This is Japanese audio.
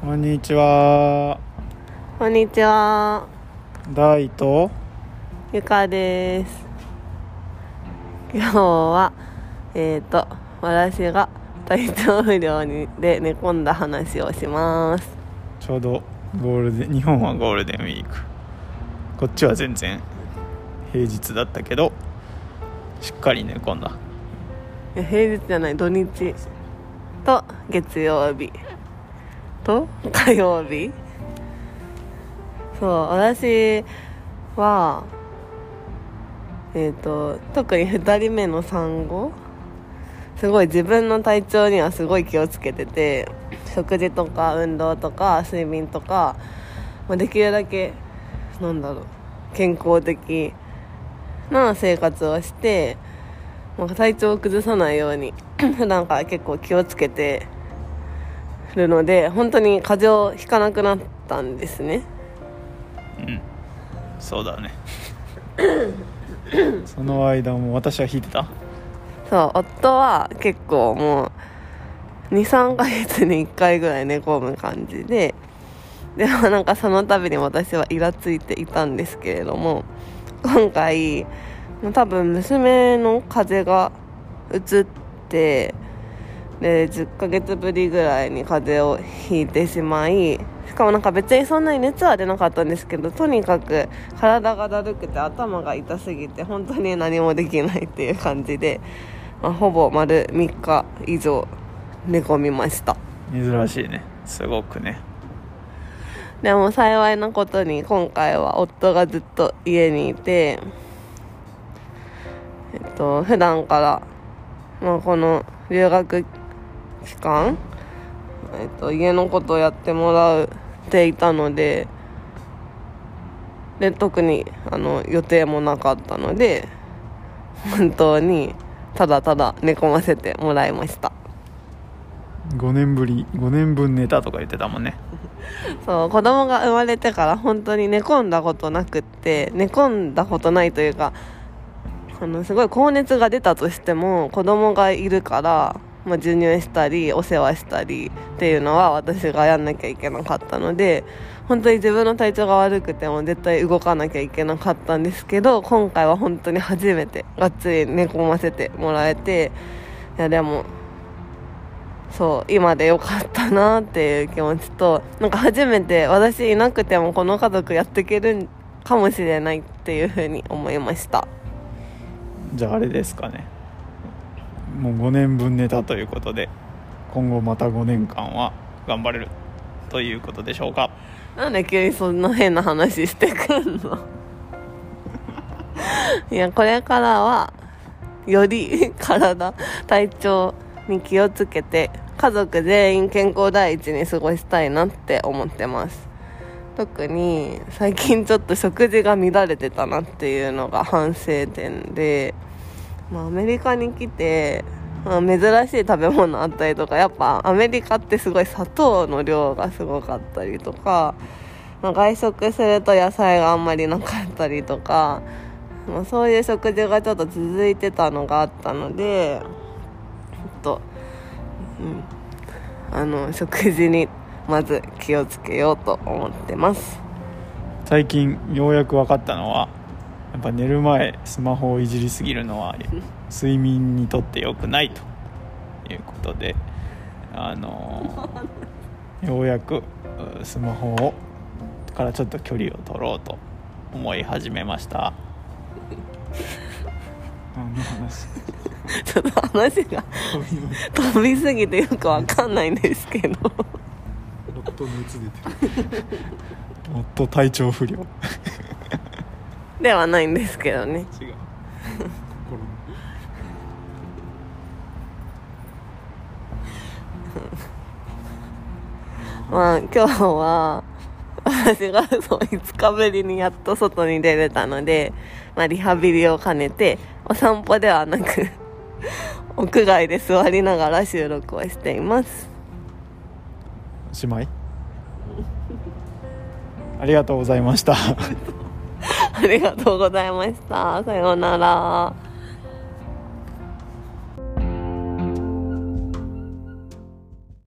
こんにちは。 こんにちは。 大とゆかです。今日は私が体調不良で寝込んだ話をします。 ちょうど日本はゴールデンウィーク、こっちは全然平日だったけどしっかり寝込んだ。 平日じゃない、土日と月曜日と火曜日。そう、私は特に2人目の産後すごい自分の体調にはすごい気をつけてて、食事とか運動とか睡眠とか、できるだけ健康的な生活をして、体調を崩さないように普段から結構気をつけてるので、本当に風邪をひかなくなったんですね。 そうだねその間も私は引いてた。 そう、夫は結構もう 2,3 ヶ月に1回ぐらい寝込む感じで、でもその度に私はイラついていたんですけれども、今回多分娘の風邪がうつって、で10ヶ月ぶりぐらいに風邪をひいてしまい、しかも別にそんなに熱は出なかったんですけど、とにかく体がだるくて頭が痛すぎて本当に何もできないっていう感じで、ほぼ丸3日以上寝込みました。 珍しいね、すごくね。 でも幸いなことに今回は夫がずっと家にいて、普段から、この留学期間、家のことをやってもらっていたので、特に予定もなかったので、本当にただただ寝込ませてもらいました。 5年分寝たとか言ってたもんね。 そう、子供が生まれてから本当に寝込んだことなくって、寝込んだことないというか、すごい高熱が出たとしても子供がいるから、授乳したりお世話したりっていうのは私がやんなきゃいけなかったので、本当に自分の体調が悪くても絶対動かなきゃいけなかったんですけど、今回は本当に初めてがっつり寝込ませてもらえて、いやでもそう今でよかったなっていう気持ちと、初めて私いなくてもこの家族やっていけるかもしれないっていうふうに思いました。 じゃああれですかね、もう5年分寝たということで、今後また5年間は頑張れるということでしょうか。 なんで急にそんな変な話してくんのいや、これからはより体調に気をつけて、家族全員健康第一に過ごしたいなって思ってます。特に最近ちょっと食事が乱れてたなっていうのが反省点で、アメリカに来て、珍しい食べ物あったりとか、やっぱアメリカってすごい砂糖の量がすごかったりとか、外食すると野菜があんまりなかったりとか、そういう食事がちょっと続いてたのがあったので、食事にまず気をつけようと思ってます。 最近ようやく分かったのは、やっぱ寝る前スマホをいじりすぎるのは睡眠にとって良くないということで、ようやくスマホからちょっと距離を取ろうと思い始めました。何の話ちょっと話が飛びすぎてよく分かんないんですけど夫熱出てる夫体調不良ではないんですけどね。 違う今日は私が5日ぶりにやっと外に出れたので、リハビリを兼ねてお散歩ではなく屋外で座りながら収録をしています。 おしまい。ありがとうございましたありがとうございました。さようなら。